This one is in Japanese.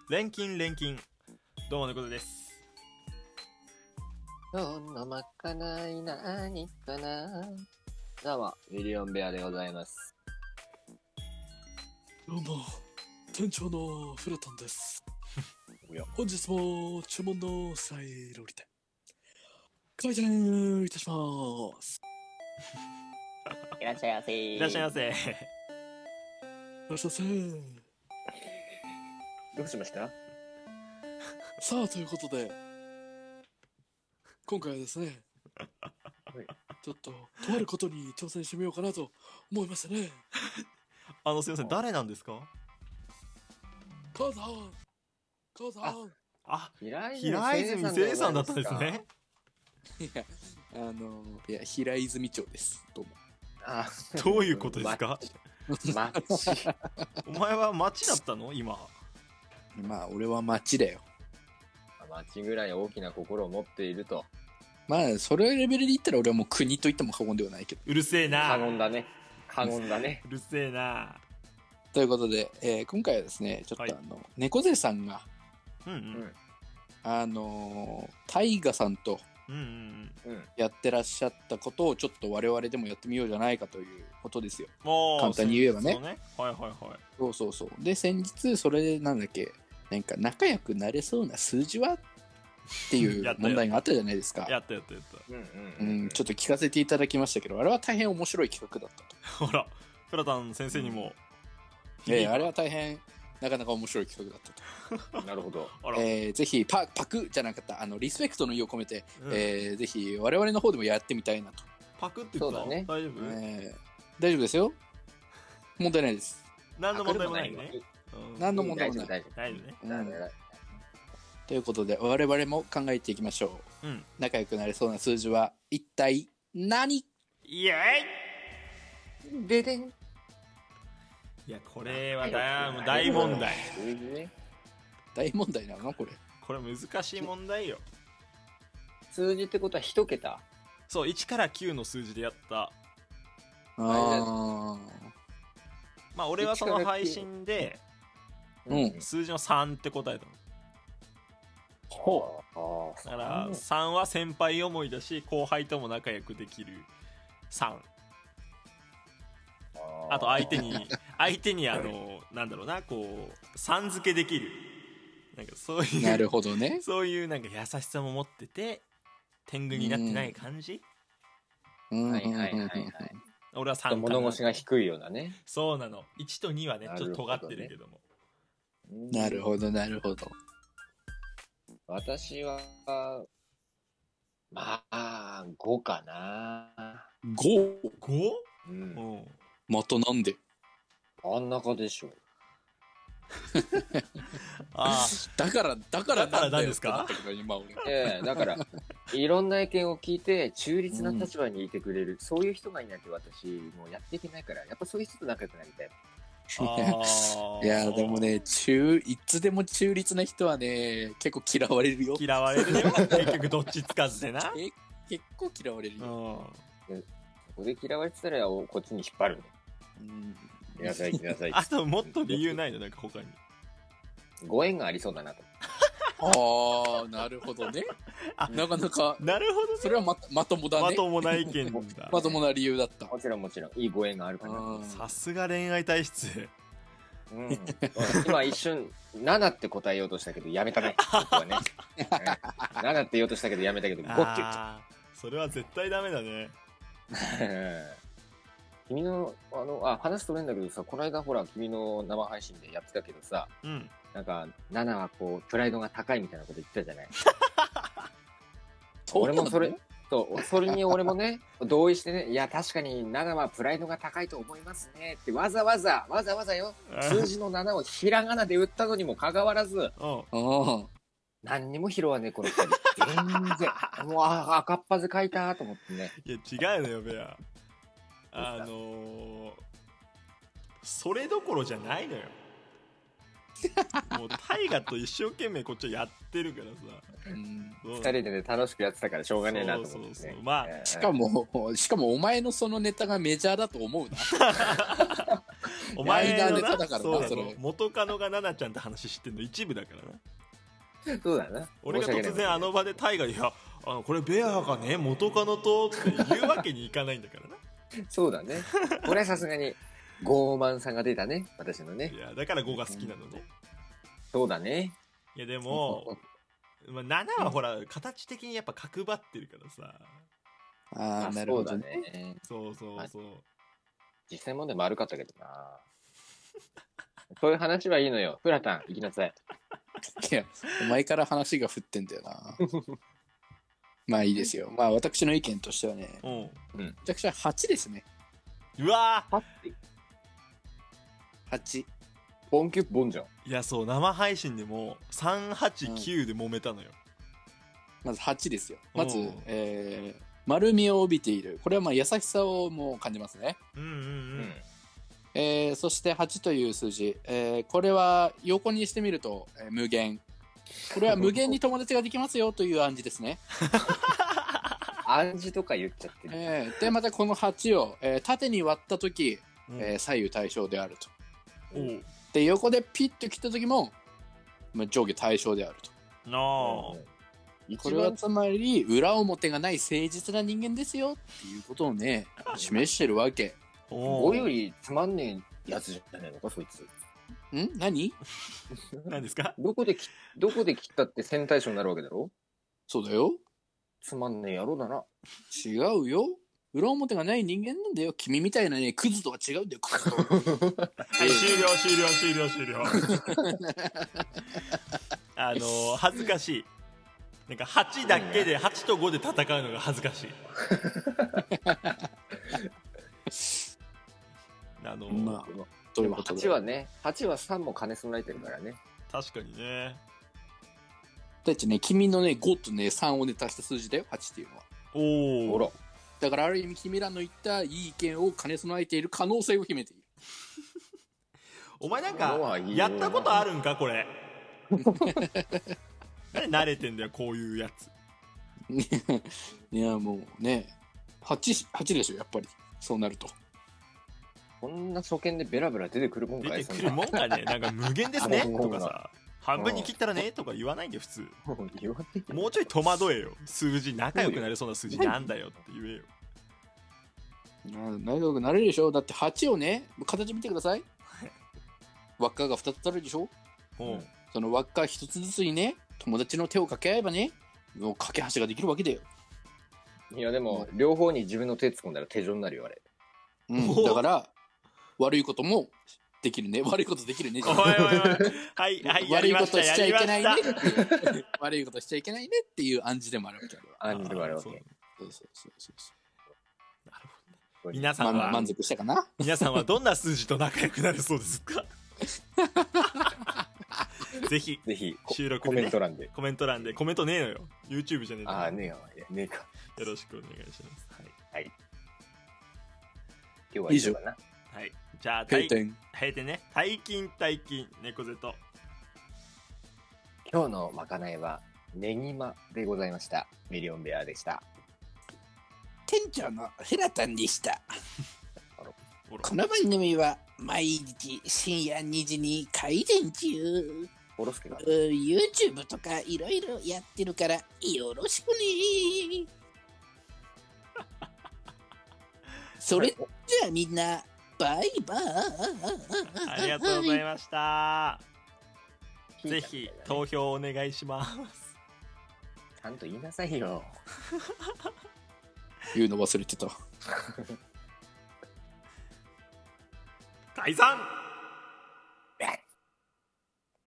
錬金錬金。どうも猫背です。 どのまかない何かな。どうもミリオンベアでございます。 どうも店長のフラタンです。 おや、 本日も注文のスタイルにて開店いたします。 いらっしゃいませ。 いらっしゃいませ。 いらっしゃいませ。 どうしました？ さあということで今回はですねちょっととあることに挑戦してみようかなと思いましたね。 すいません、誰なんですか？ 母さんあ、 平平泉聖さんだったんですね。 いや平泉町です。どうも。 あ、 どういうことですか？ マッチ。 お前は町だったの今？ まあ俺は町だよ。 マッチぐらい大きな心を持っていると。 まあそれレベルで言ったら俺はもう国と言っても過言ではないけど。 うるせえな。 過言だね。過言だね。 うるせえな。 ということで、今回はですねちょっとはい猫背さんがうんタイガさんとうんやってらっしゃったことをちょっと我々でもやってみようじゃないかということですよ。 もう簡単に言えばね。 そうね。はいはいはい。 そうで先日それでなんだっけなんか仲良くなれそうな数字はっていうやった問題があったじゃないですか。 やった。 ちょっと聞かせていただきましたけどあれは大変面白い企画だったと。 ほら、フラタン先生にも。 あれは大変なかなか面白い企画だったと。 なるほど。 あら、 ぜひパクじゃなかったリスペクトの意を込めて、 うんぜひ我々の方でもやってみたいなと。 パクって言ったの？ そうだね大丈夫？ 大丈夫ですよ。問題ないです。 何の問題もないね。 何の問題もない。 大丈ないのね。 ということで我々も考えていきましょう。仲良くなれそうな数字は一体何？ イエ夫。ででん。 ーイ。いや、これは大問題。 大問題なのこれ。 これ難しい問題よ。 数字ってことは一桁。 そう、1から9の数字でやった。 あまあ俺はその配信で数字の3って答えたの。 ほう。 だから3は先輩思いだし後輩とも仲良くできる3。あと相手になんだろうな、こうさん付けできる、なんかそういう、 なるほどね。 そういうなんか優しさも持ってて天狗になってない感じ。 はい。 俺は3かな。 物腰が低いようなね。 そうなの。1と2はねちょっと尖ってるけども。 なるほど。 私はまあ5かな。 5？ 5？ またなんで？ 真ん中でしょ。 あだから何ですか？ だからいろんな意見を聞いて中立な立場にいてくれる、そういう人がいないと私もうやっていけないから、やっぱそういう人と仲良くなりたい。 いやでもねいつでも中立な人はね結構嫌われるよ。 嫌われるね。結局どっちつかずでな。 結構嫌われるよ。 ここで嫌われてたらこっちに引っ張るの。来なさい。 あともっと理由ないの？なんか他にご縁がありそうだなと。 ああなるほどね。なかなかなるほど、ね、 それはまともだね。 まともな意見だ。 まともな理由だった。 もちろんいいご縁があるかな。 さすが恋愛体質。 今一瞬7って答えようとしたけどやめたね。僕はね7って言おうとしたけどやめたけど5って言っちゃった。それは絶対ダメだね。 君の話取れんだけどさ、この間ほら君の生配信でやってたけどさ、なんか7はこうプライドが高いみたいなこと言ってたじゃない。俺もそれに俺もね同意してね、いや確かに7はプライドが高いと思いますねってわざわざよ数字の7をひらがなで打ったのにもかかわらず何にも拾わねえこの2人。全然もう赤っ端書いたと思ってね。 いや違うのよベア。それどころじゃないのよ。もう大河と一生懸命こっちはやってるからさ、 2人でね楽しくやってたからしょうがねえなと思ってね。 まあしかもお前のそのネタがメジャーだと思うな。 お前のな、 間ネタだからなそうだそれ元カノがナナちゃんって話知ってんの一部だからな。 そうだな。 俺が突然あの場でタイがいやこれベアがね元カノとって言うわけにいかないんだからな。 そうだね。これはさすがに傲慢さが出たね、私のねい。やだから5が好きなのね。 そうだね。 いやでも、まあ、7はほら形的にやっぱ角張ってるからさ。 ああ、なるほどね。 そうだね。 そうそうそう。 実際問題丸かったけどな。そういう話はいいのよ。フラタン、行きなさい。 いや、お前から話が振ってんだよな。まあいいですよ。まあ私の意見としてはね、私は8ですね。 うわはって 8。 ボンキュッボンじゃん。 いやそう生配信でも389で揉めたのよ。 まず8ですよ。まず、丸みを帯びている。これはまあ優しさをもう感じますね。そして8という数字、これは横にしてみると、無限。これは無限に友達ができますよという暗示ですね。 暗示とか言っちゃってる。 でまたこの8を、縦に割った時、左右対称であると。で横でピッと切った時も、まあ、上下対称であると。これはつまり裏表がない誠実な人間ですよっていうことをね示してるわけ。 およりつまんねえやつじゃないのかそいつ。 何何ですか。 どこで切ったって線対称になるわけだろ。 そうだよ。 つまんねえ野郎だな。 違うよ。裏表がない人間なんだよ。君みたいなねクズとは違うんだよ。クズとはい終了恥ずかしい。なんか8だけで8と5で戦うのが恥ずかしい。 まあということで 8はね、8は3も兼ね備えてるからね。 確かにね。 だってね、君のね5とね3をね足した数字だよ、8っていうのは。 おお。 だからある意味君らの言ったいい意見を兼ね備えている可能性を秘めている。 お前なんかやったことあるんかこれ。慣れてんだよこういうやつ。 いやもうね 8でしょやっぱりそうなると。 こんな初見でベラベラ出てくるもんかい。 出てくるもんかね。なんか無限ですねとかさ、半分に切ったらねとか言わないんだよ普通。もうちょい戸惑えよ。数字仲良くなれそうな数字なんだよって言えよ。 仲良くなれるでしょ。だって8をね形見てください。輪っかが2つあるでしょ。その輪っか1つずつにね友達の手を掛け合えばねもう架け橋ができるわけだよ。 いやでも両方に自分の手突っ込んだら手錠になるよあれ。 だから悪いこともできるね。悪いことできるね。 おいはい悪いことしちゃいけないね。悪いことしちゃいけないねっていう暗示でもあるわけ。 暗示でもあるわけ。 そう。 なるほどね。皆さんは満足したかな。 皆さんはどんな数字と仲良くなれそうですか。ぜひ収録で、ね、コメント欄でコメントねえのよ。 YouTube じゃねえの。 ねえよねえか。 よろしくお願いします。 はい。今日は以上かな。 はい。じゃあ閉店ね。大金猫背と。 今日のまかないはネギマでございました。ミリオンベアでした。 店長のフラタンでした。この番組は毎日深夜2時に開店中。YouTube とかいろいろやってるからよろしくね。それじゃあみんなバイバイ。 ありがとうございました。ぜひ投票お願いします。 ちゃんと言いなさいよ。 言うの忘れてた。 解散。